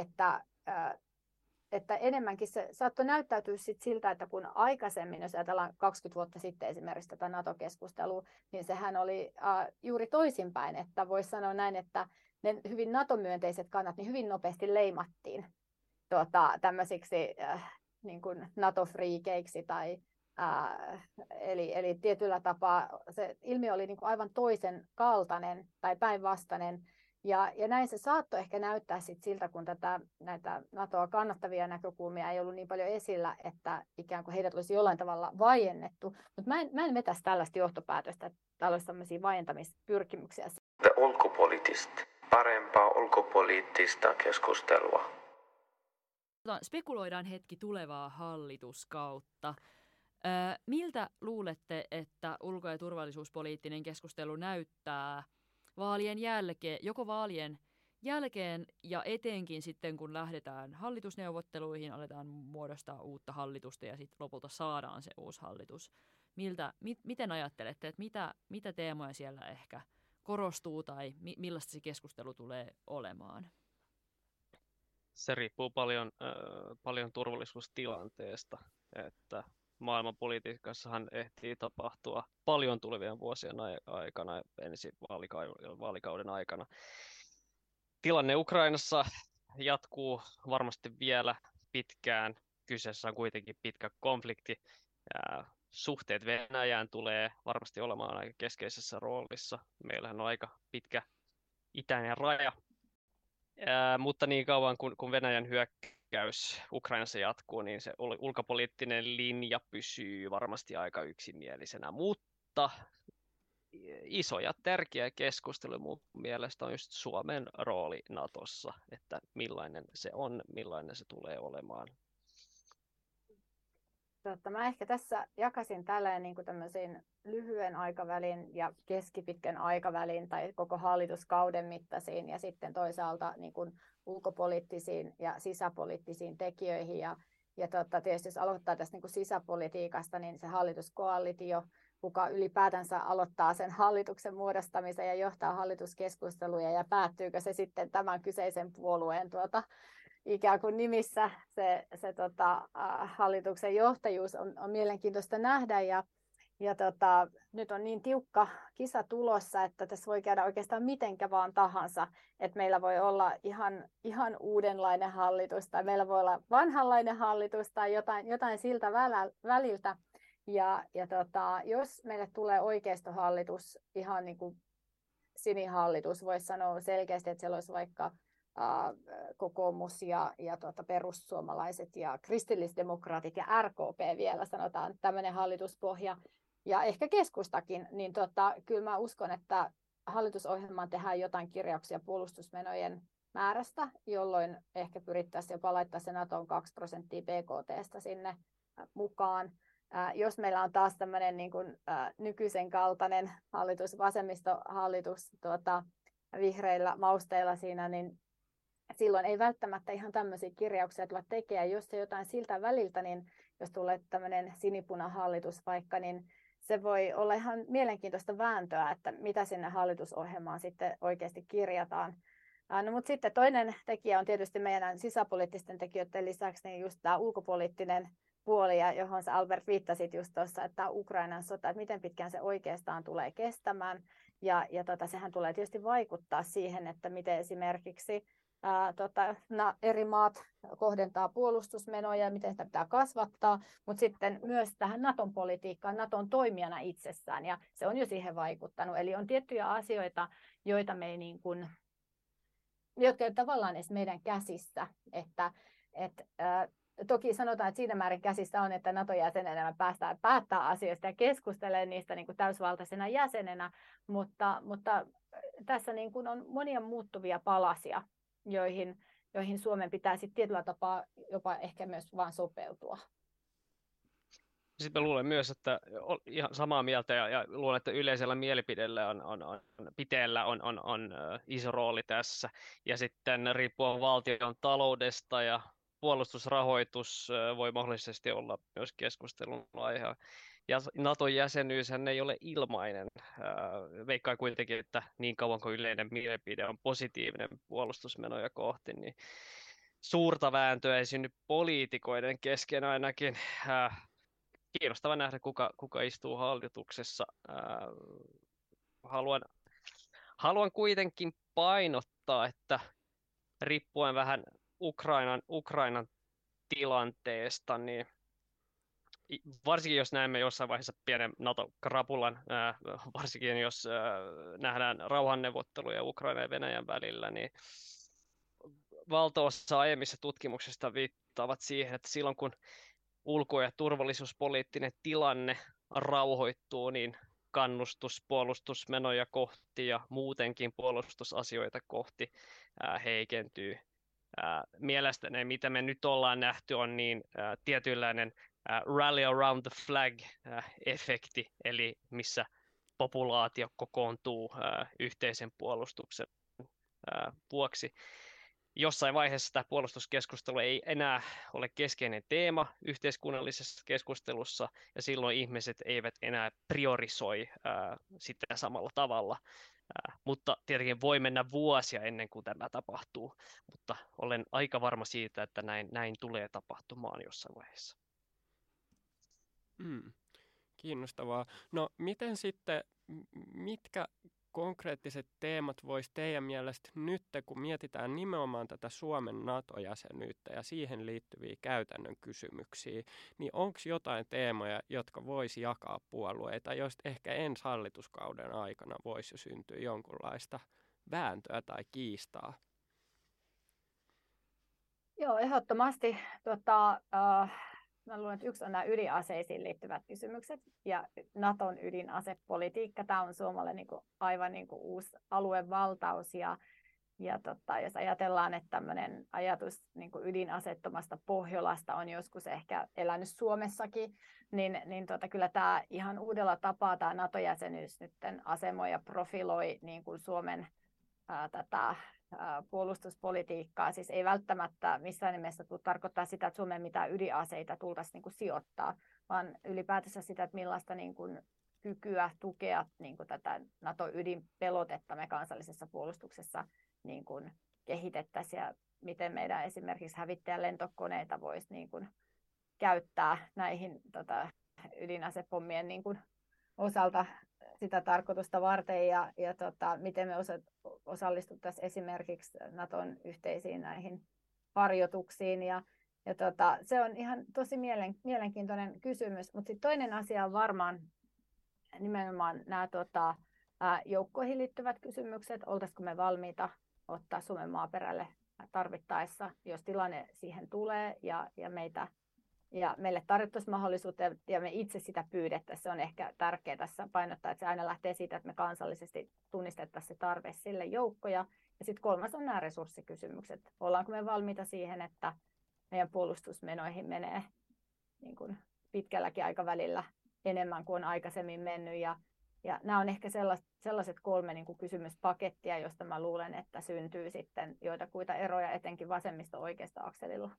[SPEAKER 6] että enemmänkin se saattoi näyttäytyä siltä, että kun aikaisemmin, jos ajatellaan 20 vuotta sitten esimerkiksi tätä NATO-keskustelua, niin sehän oli juuri toisinpäin, että voisi sanoa näin, että ne hyvin NATO-myönteiset kannat niin hyvin nopeasti leimattiin tämmöisiksi niin kuin NATO-friikeiksi eli tietyllä tapaa se ilmiö oli niin kuin aivan toisen kaltainen tai päinvastainen. Ja näin se saattoi ehkä näyttää siltä, kun näitä NATOa kannattavia näkökulmia ei ollut niin paljon esillä, että ikään kuin heidät olisi jollain tavalla vaiennettu. Mutta mä en vetäisi tällaista johtopäätöstä, että täällä olisi sellaisia vaientamispyrkimyksiä.
[SPEAKER 2] Ulkopoliittista. Parempaa ulkopoliittista keskustelua.
[SPEAKER 1] Spekuloidaan hetki tulevaa hallituskautta. Miltä luulette, että ulko- ja turvallisuuspoliittinen keskustelu näyttää vaalien jälkeen, joko vaalien jälkeen ja etenkin sitten, kun lähdetään hallitusneuvotteluihin, aletaan muodostaa uutta hallitusta ja sitten lopulta saadaan se uusi hallitus. Miten ajattelette, että mitä teemoja siellä ehkä korostuu tai millaista se keskustelu tulee olemaan?
[SPEAKER 7] Se riippuu paljon turvallisuustilanteesta, että maailmanpolitiikassahan ehtii tapahtua paljon tulevien vuosien aikana, ensi vaalikauden aikana. Tilanne Ukrainassa jatkuu varmasti vielä pitkään. Kyseessä on kuitenkin pitkä konflikti. Suhteet Venäjään tulee varmasti olemaan aika keskeisessä roolissa. Meillähän on aika pitkä itäinen raja. Mutta niin kauan kun Venäjän hyökkäys Ukrainassa jatkuu, niin se ulkopoliittinen linja pysyy varmasti aika yksimielisenä. Mutta iso ja tärkeä keskustelu mun mielestä on just Suomen rooli Natossa, että millainen se on, millainen se tulee olemaan.
[SPEAKER 6] Mä ehkä tässä jakasin tällainen niin kuin tämmöisiin lyhyen aikavälin ja keskipitkän aikavälin tai koko hallituskauden mittaisiin ja sitten toisaalta niin kuin ulkopoliittisiin ja sisäpoliittisiin tekijöihin. Ja tietysti jos aloittaa tästä niin kuin sisäpolitiikasta, niin se hallituskoalitio, kuka ylipäätänsä aloittaa sen hallituksen muodostamisen ja johtaa hallituskeskusteluja ja päättyykö se sitten tämän kyseisen puolueen ikään kuin nimissä se hallituksen johtajuus on mielenkiintoista nähdä ja nyt on niin tiukka kisa tulossa, että tässä voi käydä oikeastaan mitenkä vaan tahansa, että meillä voi olla ihan uudenlainen hallitus tai meillä voi olla vanhanlainen hallitus tai jotain siltä väliltä ja jos meille tulee oikeistohallitus, ihan niin kuin sinihallitus, voisi sanoa selkeästi, että siellä olisi vaikka kokoomus ja perussuomalaiset ja kristillisdemokraatit ja RKP vielä sanotaan tämmöinen hallituspohja ja ehkä keskustakin, niin kyllä mä uskon, että hallitusohjelmaan tehdään jotain kirjauksia puolustusmenojen määrästä, jolloin ehkä pyrittäisiin jopa laittaa se NATOn 2% BKT:stä sinne mukaan. Jos meillä on taas tämmöinen niin kuin, nykyisen kaltainen hallitus, vasemmistohallitus vihreillä mausteilla siinä, niin silloin ei välttämättä ihan tämmöisiä kirjauksia tulla tekemään. Jos se jotain siltä väliltä, niin jos tulee tämmöinen sinipunahallitus vaikka, niin se voi olla ihan mielenkiintoista vääntöä, että mitä sinne hallitusohjelmaan sitten oikeasti kirjataan. No, mutta sitten toinen tekijä on tietysti meidän sisäpoliittisten tekijöiden lisäksi niin just tämä ulkopoliittinen puoli, johon sä Albert viittasit just tuossa, että Ukrainan sota, että miten pitkään se oikeastaan tulee kestämään. Ja sehän tulee tietysti vaikuttaa siihen, että miten esimerkiksi eri maat kohdentaa puolustusmenoja ja miten sitä pitää kasvattaa, mutta sitten myös tähän Naton politiikkaan, Naton toimijana itsessään, ja se on jo siihen vaikuttanut. Eli on tiettyjä asioita, joita me ei niin kuin, jotka ei tavallaan edes meidän käsissä, toki sanotaan, että siinä määrin käsissä on, että NATO-jäsenenä päästään päättää asioista ja keskustelemaan niistä niin kuin täysvaltaisena jäsenenä, mutta tässä niin kuin on monia muuttuvia palasia, joihin Suomen pitää sitten tietyllä tapaa jopa ehkä myös vaan sopeutua.
[SPEAKER 7] Sitten mä luulen myös, että ihan samaa mieltä ja luulen, että yleisellä mielipiteellä on iso rooli tässä. Ja sitten riippuen valtion taloudesta ja puolustusrahoitus voi mahdollisesti olla myös keskustelun aihe. Ja Naton jäsenyyshän ei ole ilmainen. Veikkaan kuitenkin, että niin kauan kuin yleinen mielipide on positiivinen puolustusmenoja kohti, niin suurta vääntöä ei synny poliitikoiden kesken ainakin. Kiinnostava nähdä, kuka istuu hallituksessa. Haluan kuitenkin painottaa, että riippuen vähän Ukrainan tilanteesta, niin varsinkin jos näemme jossain vaiheessa pienen NATO-krapulan, varsinkin jos nähdään rauhanneuvotteluja Ukrainan ja Venäjän välillä, niin valtaosa aiemmissa tutkimuksista viittaavat siihen, että silloin kun ulko- ja turvallisuuspoliittinen tilanne rauhoittuu, niin kannustus puolustusmenoja kohti ja muutenkin puolustusasioita kohti heikentyy. Mielestäni mitä me nyt ollaan nähty on niin tietynlainen rally around the flag-efekti, eli missä populaatio kokoontuu yhteisen puolustuksen vuoksi. Jossain vaiheessa tämä puolustuskeskustelu ei enää ole keskeinen teema yhteiskunnallisessa keskustelussa, ja silloin ihmiset eivät enää priorisoi sitä samalla tavalla. Mutta tietenkin voi mennä vuosia ennen kuin tämä tapahtuu, mutta olen aika varma siitä, että näin tulee tapahtumaan jossain vaiheessa.
[SPEAKER 5] Kiinnostavaa. No miten sitten, mitkä konkreettiset teemat voisi teidän mielestä nyt, kun mietitään nimenomaan tätä Suomen NATO-jäsenyyttä ja siihen liittyviä käytännön kysymyksiä, niin onko jotain teemoja, jotka voisi jakaa puolueita, joista ehkä ensi hallituskauden aikana voisi jo syntyä jonkunlaista vääntöä tai kiistaa?
[SPEAKER 6] Joo, ehdottomasti. Mä luulen, että yksi on nämä ydinaseisiin liittyvät kysymykset ja Naton ydinasepolitiikka. Tämä on Suomelle aivan uusi aluevaltaus ja jos ajatellaan, että tämmöinen ajatus ydinaseettomasta Pohjolasta on joskus ehkä elänyt Suomessakin, niin kyllä tämä ihan uudella tapaa tämä NATO-jäsenyys nyt asemoi ja profiloi Suomen tätä puolustuspolitiikkaa. Siis ei välttämättä missään nimessä tarkoittaa sitä, että Suomeen mitään ydinaseita tultaisiin sijoittaa, vaan ylipäätänsä sitä, että millaista kykyä tukea tätä NATO-ydinpelotetta me kansallisessa puolustuksessa kehitettäisiin ja miten meidän esimerkiksi hävittäjälentokoneita voisi käyttää näihin ydinasepommien osalta sitä tarkoitusta varten ja miten me osallistuttaisiin esimerkiksi Naton yhteisiin näihin harjoituksiin. Se on ihan tosi mielenkiintoinen kysymys, mutta sitten toinen asia on varmaan nimenomaan nämä joukkoihin liittyvät kysymykset. Oltaisiko me valmiita ottaa Suomen maaperälle tarvittaessa, jos tilanne siihen tulee ja meille tarjottaisiin mahdollisuutta ja me itse sitä pyydettäisiin. Se on ehkä tärkeää tässä painottaa, että se aina lähtee siitä, että me kansallisesti tunnistettaisiin se tarve sille joukkoja. Ja sitten kolmas on nämä resurssikysymykset. Ollaanko me valmiita siihen, että meidän puolustusmenoihin menee pitkälläkin aikavälillä enemmän kuin on aikaisemmin mennyt. Ja nämä on ehkä sellaiset kolme kysymyspakettia, josta mä luulen, että syntyy sitten joitakuita eroja etenkin vasemmisto-oikeasta akselilla.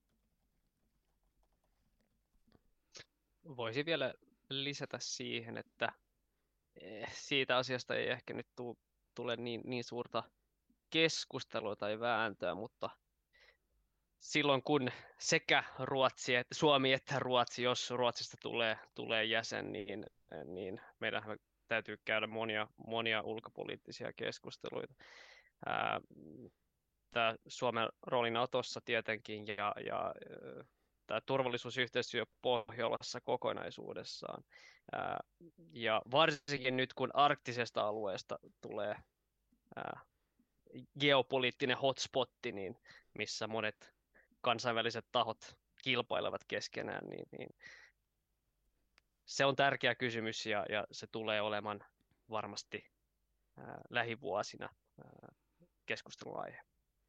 [SPEAKER 7] Voisin vielä lisätä siihen, että siitä asiasta ei ehkä nyt tule niin suurta keskustelua tai vääntöä, mutta silloin kun sekä Suomi että Ruotsi, jos Ruotsista tulee jäsen, niin meidän täytyy käydä monia ulkopoliittisia keskusteluita. Tämä Suomen rooli Natossa tietenkin ja tämä turvallisuusyhteistyö Pohjolassa kokonaisuudessaan. Ja varsinkin nyt, kun arktisesta alueesta tulee geopoliittinen hotspotti, niin missä monet kansainväliset tahot kilpailevat keskenään, niin se on tärkeä kysymys ja se tulee olemaan varmasti lähivuosina keskustelun aihe.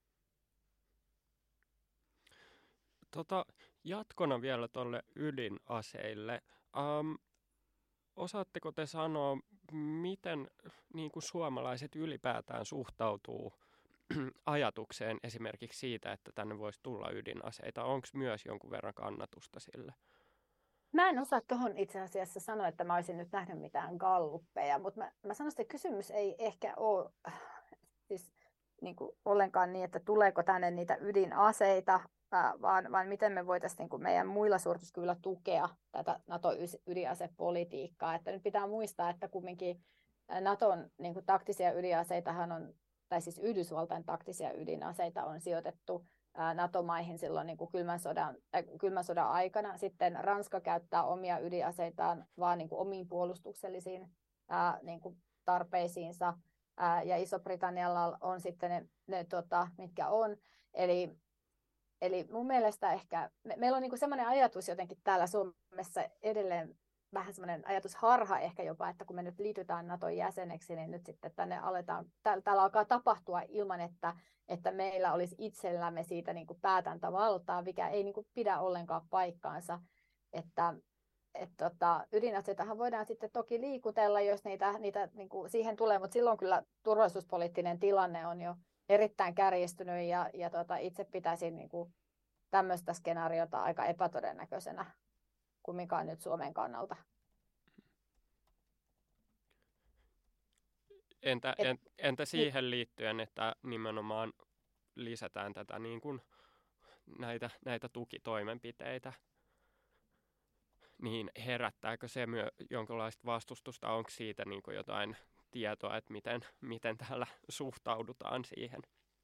[SPEAKER 5] Jatkona vielä tuolle ydinaseille. Osaatteko te sanoa, miten suomalaiset ylipäätään suhtautuu ajatukseen esimerkiksi siitä, että tänne voisi tulla ydinaseita? Onko myös jonkun verran kannatusta sille?
[SPEAKER 6] Mä en osaa tuohon itse asiassa sanoa, että mä olisin nyt nähnyt mitään galluppeja, mutta mä sanoisin, että kysymys ei ehkä ole siis niin kuin ollenkaan niin, että tuleeko tänne niitä ydinaseita, vaan miten me voitaisiin niin kuin meidän muilla suorituskyvyillä tukea tätä NATO-ydinasepolitiikkaa. Että nyt pitää muistaa, että kumminkin NATOn niin kuin taktisia ydinaseitahan on, tai siis Yhdysvaltain taktisia ydinaseita on sijoitettu NATO-maihin silloin niin kuin kylmän sodan aikana. Sitten Ranska käyttää omia ydinaseitaan vaan niin kuin omiin puolustuksellisiin niin kuin tarpeisiinsa. Ja Iso-Britannialla on sitten ne mitkä on. Eli mun mielestä ehkä, meillä on niin kuin semmoinen ajatus jotenkin täällä Suomessa edelleen, vähän semmoinen ajatusharha ehkä jopa, että kun me nyt liitytään Naton jäseneksi, niin nyt sitten tänne täällä alkaa tapahtua ilman, että meillä olisi itsellämme siitä niin kuin päätäntävaltaa, mikä ei niin kuin pidä ollenkaan paikkaansa. Ydinaseitahan voidaan sitten toki liikutella, jos niitä niin kuin siihen tulee, mutta silloin kyllä turvallisuuspoliittinen tilanne on jo erittäin kärjistynyt ja itse pitäisin niin kuin tämmöistä skenaariota aika epätodennäköisenä kumminkaan nyt Suomen kannalta.
[SPEAKER 5] Entä siihen liittyen, että nimenomaan lisätään tätä niin kuin näitä tukitoimenpiteitä, niin herättääkö se jonkinlaista vastustusta? Onko siitä niin kuin jotain tietoa, että miten täällä suhtaudutaan siihen?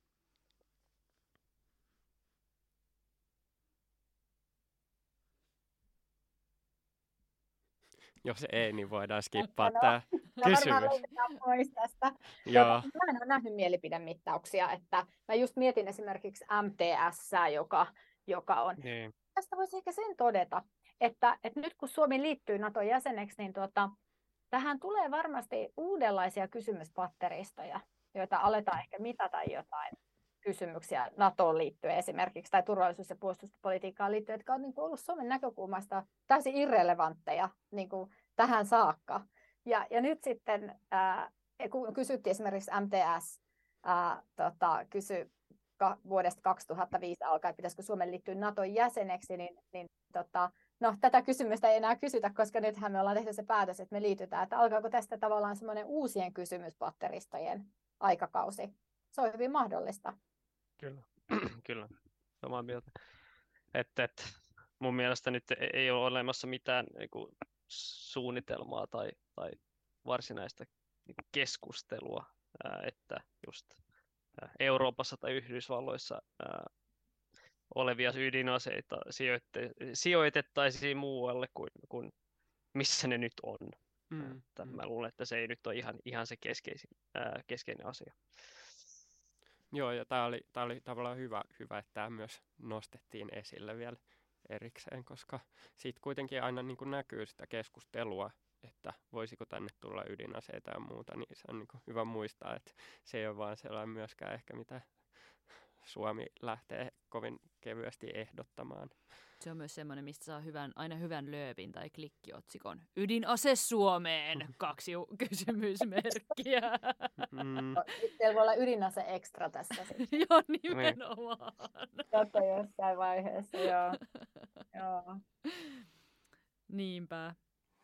[SPEAKER 5] Jos ei, niin voidaan skippaa tämä kysymys.
[SPEAKER 6] Pois tästä.
[SPEAKER 5] Joo.
[SPEAKER 6] Mä en ole nähnyt mielipidemittauksia, että mä just mietin esimerkiksi MTS, joka on.
[SPEAKER 7] Niin.
[SPEAKER 6] Tästä voisi ehkä sen todeta, että nyt kun Suomi liittyy Naton jäseneksi, niin tähän tulee varmasti uudenlaisia kysymyspatteristoja, joita aletaan ehkä mitata jotain kysymyksiä NATOon liittyen esimerkiksi, tai turvallisuus- ja puolustuspolitiikkaan liittyen, jotka on niin kuin ollut Suomen näkökulmasta täysin irrelevantteja niin kuin tähän saakka. Ja nyt sitten, kun kysyttiin esimerkiksi MTS, kysyi vuodesta 2005 alkaen, että pitäisikö Suomen liittyä Naton jäseneksi, no, tätä kysymystä ei enää kysytä, koska nythän me ollaan tehty se päätös, että me liitytään. Että alkaako tästä tavallaan semmoinen uusien kysymyspatteristojen aikakausi? Se on hyvin mahdollista.
[SPEAKER 7] Kyllä, samaa mieltä. Mun mielestä nyt ei ole olemassa mitään niinku suunnitelmaa tai varsinaista niinku keskustelua, että just Euroopassa tai Yhdysvalloissa olevia ydinaseita sijoitettaisiin muualle kuin missä ne nyt on. Mä luulen, että se ei nyt ole ihan se keskeinen asia.
[SPEAKER 5] Joo, ja tämä oli tavallaan hyvä, että tämä myös nostettiin esille vielä erikseen, koska siitä kuitenkin aina niin kuin näkyy sitä keskustelua, että voisiko tänne tulla ydinaseita ja muuta, niin se on niin kuin hyvä muistaa, että se ei ole vaan sellainen myöskään ehkä mitä Suomi lähtee kovin kevyesti ehdottamaan.
[SPEAKER 1] Se on myös semmoinen, mistä saa aina hyvän lööpin tai klikkiotsikon. Ydinase Suomeen! 2 kysymysmerkkiä.
[SPEAKER 6] Teillä voi olla ydinase ekstra tässä.
[SPEAKER 1] Joo, nimenomaan.
[SPEAKER 6] Totta jossain vaiheessa, joo.
[SPEAKER 1] Niinpä.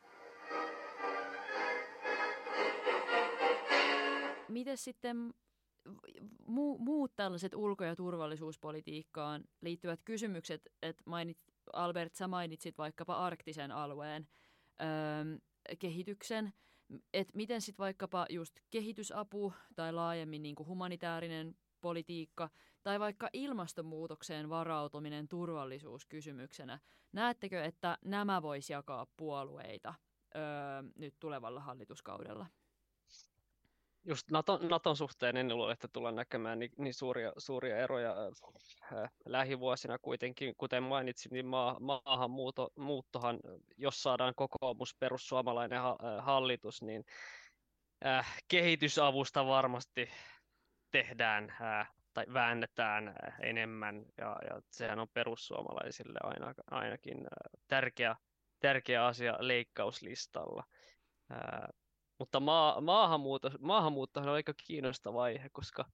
[SPEAKER 1] Miten sitten muut tällaiset ulko- ja turvallisuuspolitiikkaan liittyvät kysymykset, että Albert, sä mainitsit vaikkapa arktisen alueen kehityksen, että miten sitten vaikkapa just kehitysapu tai laajemmin niin kuin humanitaarinen politiikka tai vaikka ilmastonmuutokseen varautuminen turvallisuuskysymyksenä. Näettekö, että nämä vois jakaa puolueita nyt tulevalla hallituskaudella?
[SPEAKER 7] Just Naton suhteen en luule, että tullaan näkemään niin suuria eroja lähivuosina kuitenkin. Kuten mainitsin, niin maahanmuuttohan, jos saadaan kokoomus perussuomalainen hallitus, niin kehitysavusta varmasti tehdään tai väännetään enemmän, ja sehän on perussuomalaisille ainakin tärkeä asia leikkauslistalla. Mutta maahanmuuttohan on aika kiinnostava aihe, koska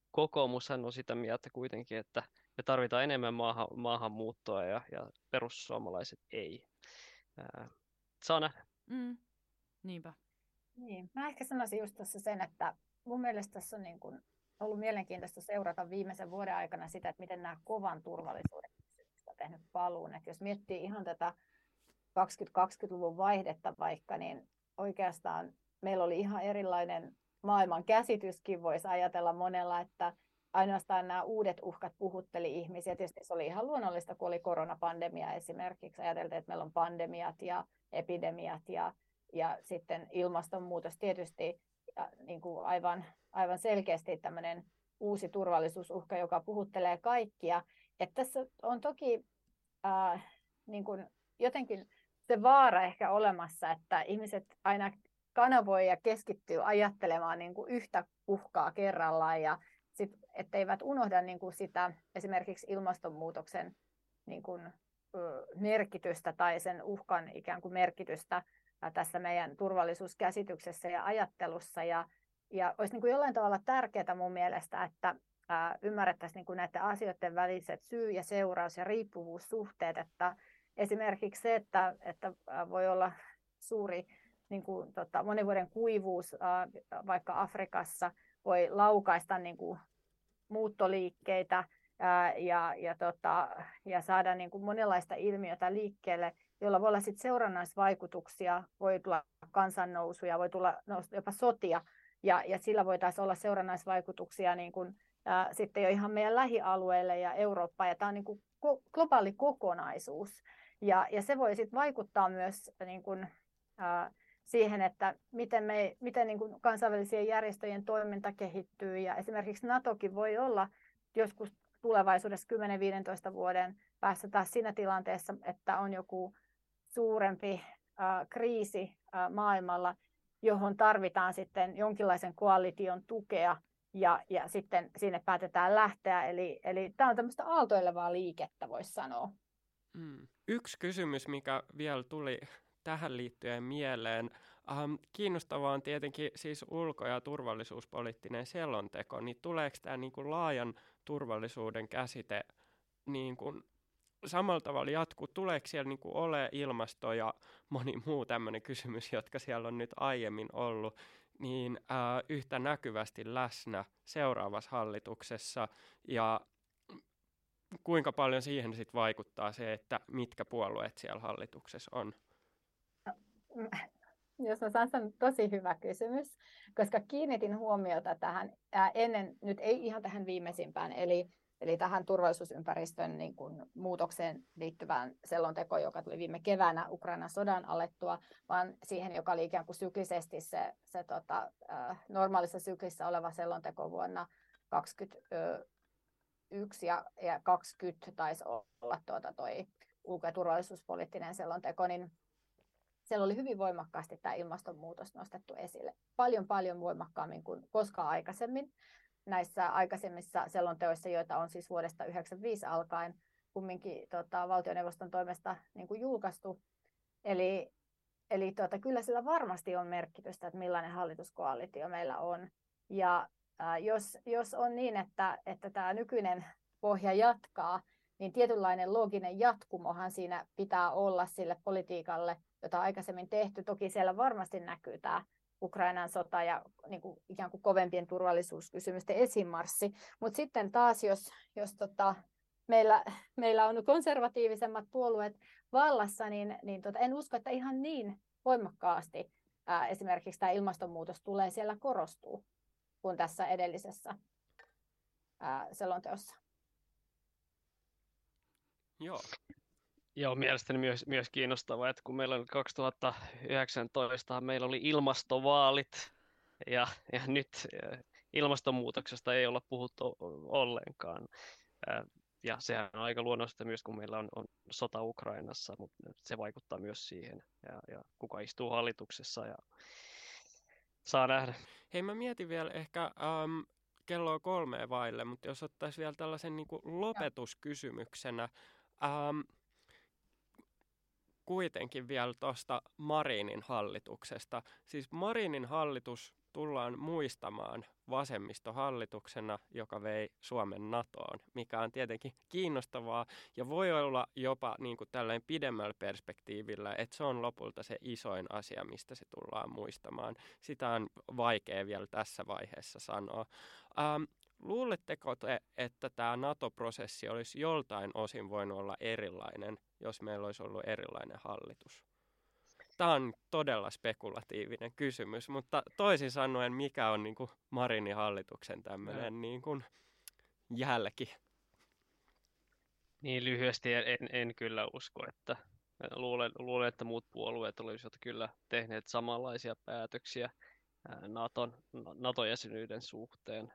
[SPEAKER 7] kokoomushan on sitä mieltä kuitenkin, että me tarvitaan enemmän maahanmuuttoa ja perussuomalaiset ei. Saa nähdä.
[SPEAKER 1] Niinpä.
[SPEAKER 6] Niin. Mä ehkä sanoisin just tuossa sen, että mun mielestä tässä on niin kuin ollut mielenkiintoista seurata viimeisen vuoden aikana sitä, että miten nämä kovan turvallisuuden kysymykset on tehnyt paluun. Että jos miettii ihan tätä 2020-luvun vaihdetta vaikka, niin oikeastaan meillä oli ihan erilainen maailman käsityskin, voisi ajatella monella, että ainoastaan nämä uudet uhkat puhutteli ihmisiä. Tietysti se oli ihan luonnollista, kun oli koronapandemia esimerkiksi. Ajateltiin, että meillä on pandemiat ja epidemiat ja sitten ilmastonmuutos tietysti ja niin kuin aivan selkeästi tämmöinen uusi turvallisuusuhka, joka puhuttelee kaikkia. Että tässä on toki niin kuin jotenkin se vaara ehkä olemassa, että ihmiset aina kanavoi ja keskittyy ajattelemaan niin kuin yhtä uhkaa kerrallaan ja etteivät unohda niin kuin sitä esimerkiksi ilmastonmuutoksen niin kuin, merkitystä tai sen uhkan ikään kuin merkitystä tässä meidän turvallisuuskäsityksessä ja ajattelussa. Ja olisi niin kuin jollain tavalla tärkeää mun mielestä, että ymmärrettäisiin niin kuin näiden asioiden väliset syy- ja seuraus- ja riippuvuussuhteet. Että esimerkiksi se, että voi olla suuri niin kuin, monen vuoden kuivuus vaikka Afrikassa, voi laukaista niin kuin muuttoliikkeitä ja saada niin kuin monenlaista ilmiötä liikkeelle, jolla voi olla sit seurannaisvaikutuksia, voi tulla kansannousuja, voi tulla jopa sotia, ja sillä voitaisiin olla seurannaisvaikutuksia niin kuin, sitten jo ihan meidän lähialueille ja Eurooppaan, ja tämä on niin kuin globaali kokonaisuus, ja se voi sitten vaikuttaa myös niin kuin, siihen, että miten niin kuin kansainvälisien järjestöjen toiminta kehittyy, ja esimerkiksi NATOkin voi olla joskus tulevaisuudessa 10-15 vuoden päässä taas siinä tilanteessa, että on joku suurempi kriisi maailmalla, johon tarvitaan sitten jonkinlaisen koalition tukea, ja sitten sinne päätetään lähteä. Eli tämä on tämmöistä aaltoilevaa liikettä, voisi sanoa.
[SPEAKER 5] Yksi kysymys, mikä vielä tuli tähän liittyen mieleen. Kiinnostavaa on tietenkin siis ulko- ja turvallisuuspoliittinen selonteko, niin tuleeko tämä niin kuin laajan turvallisuuden käsite niin kuin samalla tavalla jatkuu? Tuleeko siellä niin kuin ole ilmasto ja moni muu tämmöinen kysymys, jotka siellä on nyt aiemmin ollut, niin yhtä näkyvästi läsnä seuraavassa hallituksessa, ja kuinka paljon siihen sit vaikuttaa se, että mitkä puolueet siellä hallituksessa on?
[SPEAKER 6] Jos mä saan sanoa, tosi hyvä kysymys, koska kiinnitin huomiota tähän ennen, nyt ei ihan tähän viimeisimpään, eli tähän turvallisuusympäristön niin kuin muutokseen liittyvään selontekoon, joka tuli viime keväänä Ukrainan sodan alettua, vaan siihen, joka oli ikään kuin syklisesti se normaalissa syklissä oleva selonteko vuonna 2021 ja 2020 taisi olla toi ulko- ja turvallisuuspoliittinen selonteko, niin siellä oli hyvin voimakkaasti tämä ilmastonmuutos nostettu esille. Paljon voimakkaammin kuin koskaan aikaisemmin näissä aikaisemmissa selonteoissa, joita on siis vuodesta 1995 alkaen kumminkin valtioneuvoston toimesta niin kuin julkaistu. Eli kyllä sillä varmasti on merkitystä, että millainen hallituskoalitio meillä on. Ja jos on niin, että tämä nykyinen pohja jatkaa, niin tietynlainen looginen jatkumohan siinä pitää olla sille politiikalle, jota on aikaisemmin tehty. Toki siellä varmasti näkyy tämä Ukrainan sota ja niin kuin ikään kuin kovempien turvallisuuskysymysten esimarssi. Mutta sitten taas, jos meillä on konservatiivisemmat puolueet vallassa, niin en usko, että ihan niin voimakkaasti esimerkiksi tämä ilmastonmuutos tulee siellä korostuu kuin tässä edellisessä selonteossa.
[SPEAKER 7] Joo, mielestäni myös kiinnostavaa, että kun meillä oli 2019 meillä oli ilmastovaalit ja nyt ilmastonmuutoksesta ei olla puhuttu ollenkaan. Ja sehän on aika luonnollista myös, kun meillä on sota Ukrainassa, mutta se vaikuttaa myös siihen ja kuka istuu hallituksessa ja saa nähdä.
[SPEAKER 5] Hei, mä mietin vielä ehkä kello on 3 vaille, mutta jos ottaisiin vielä tällaisen niin kuin lopetuskysymyksenä, kuitenkin vielä tuosta Marinin hallituksesta. Siis Marinin hallitus tullaan muistamaan vasemmistohallituksena, joka vei Suomen NATOon, mikä on tietenkin kiinnostavaa ja voi olla jopa niin kuin tällainen pidemmällä perspektiivillä, että se on lopulta se isoin asia, mistä se tullaan muistamaan. Sitä on vaikea vielä tässä vaiheessa sanoa. Luuletteko te, että tämä NATO-prosessi olisi joltain osin voinut olla erilainen, jos meillä olisi ollut erilainen hallitus? Tämä on todella spekulatiivinen kysymys, mutta toisin sanoen, mikä on niin kuin Marinin hallituksen tämmöinen niin kuin jälki?
[SPEAKER 7] Niin lyhyesti en kyllä usko, että luulen, että muut puolueet olisivat kyllä tehneet samanlaisia päätöksiä NATO-jäsenyyden suhteen.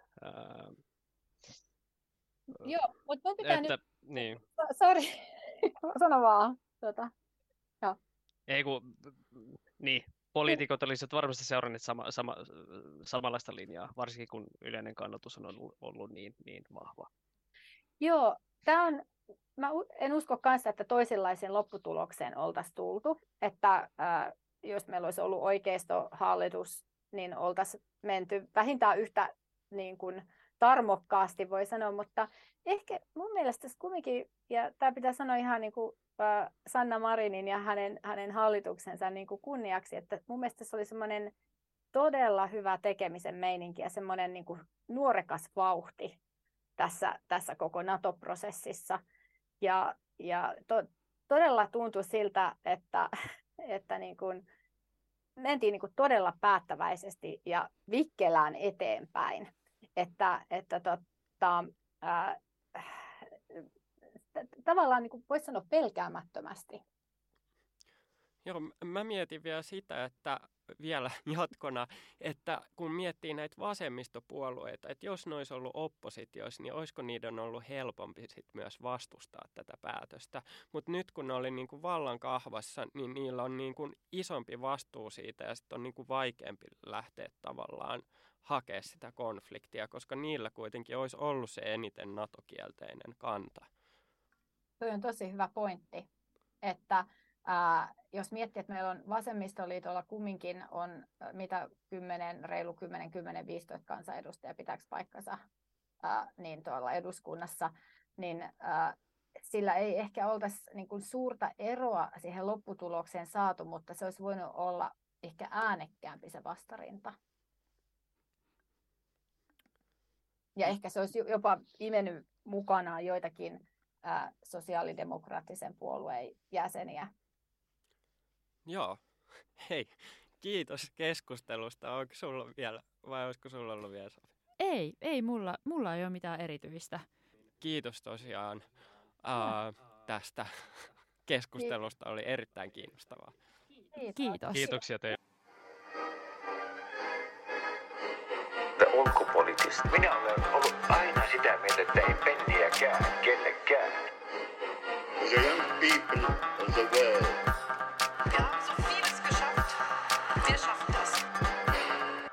[SPEAKER 6] Joo, mutta mun pitää
[SPEAKER 7] että,
[SPEAKER 6] nyt...
[SPEAKER 7] Niin.
[SPEAKER 6] Sori, sano vaan. Joo.
[SPEAKER 7] Ei niin, poliitikot olisivat varmasti seuranneet samanlaista linjaa, varsinkin kun yleinen kannatus on ollut niin vahva.
[SPEAKER 6] Joo, mä en usko kanssa, että toisenlaiseen lopputulokseen oltaisiin tultu, että jos meillä olisi ollut oikeistohallitus, niin oltaisiin menty vähintään yhtä niin kuin tarmokkaasti, voi sanoa, mutta ehkä mun mielestä kumminkin, ja tämä pitää sanoa ihan niin kuin Sanna Marinin ja hänen hallituksensa niin kuin kunniaksi, että mun mielestä se oli semmoinen todella hyvä tekemisen meininki ja semmoinen niin kuin nuorekas vauhti tässä koko NATO-prosessissa. Ja todella tuntui siltä, että niin kuin mentiin niin kuin todella päättäväisesti ja vikkelään eteenpäin. Tavallaan niin kuin voisi sanoa pelkäämättömästi.
[SPEAKER 5] Joo, mä mietin vielä sitä, että vielä jatkona, että kun miettii näitä vasemmistopuolueita, että jos ne olisi ollut oppositioissa, niin olisiko niiden ollut helpompi sit myös vastustaa tätä päätöstä. Mutta nyt kun ne oli niin kuin vallan kahvassa, niin niillä on niin kuin isompi vastuu siitä ja sitten on niin kuin vaikeampi lähteä tavallaan hakea sitä konfliktia, koska niillä kuitenkin olisi ollut se eniten NATO-kielteinen kanta.
[SPEAKER 6] Tuo on tosi hyvä pointti, että jos miettii, että meillä on vasemmistoliitolla kumminkin on reilu 10-15 kansanedustajaa, pitääkö paikkansa niin tuolla eduskunnassa, niin sillä ei ehkä oltaisi niin kuin suurta eroa siihen lopputulokseen saatu, mutta se olisi voinut olla ehkä äänekkäämpi se vastarinta. Ja ehkä se olisi jopa imennyt mukanaan joitakin sosiaalidemokraattisen puolueen jäseniä.
[SPEAKER 5] Joo, hei, kiitos keskustelusta. Onko sulla vielä, vai olisiko sulla ollut vielä?
[SPEAKER 1] Ei mulla ei ole mitään erityistä.
[SPEAKER 5] Kiitos tosiaan tästä keskustelusta, oli erittäin kiinnostavaa.
[SPEAKER 1] Kiitos.
[SPEAKER 7] Kiitoksia teille.
[SPEAKER 2] Ulkopoliittista. Minä olen ollut aina sitä mieltä, että ei penniäkään kellekään.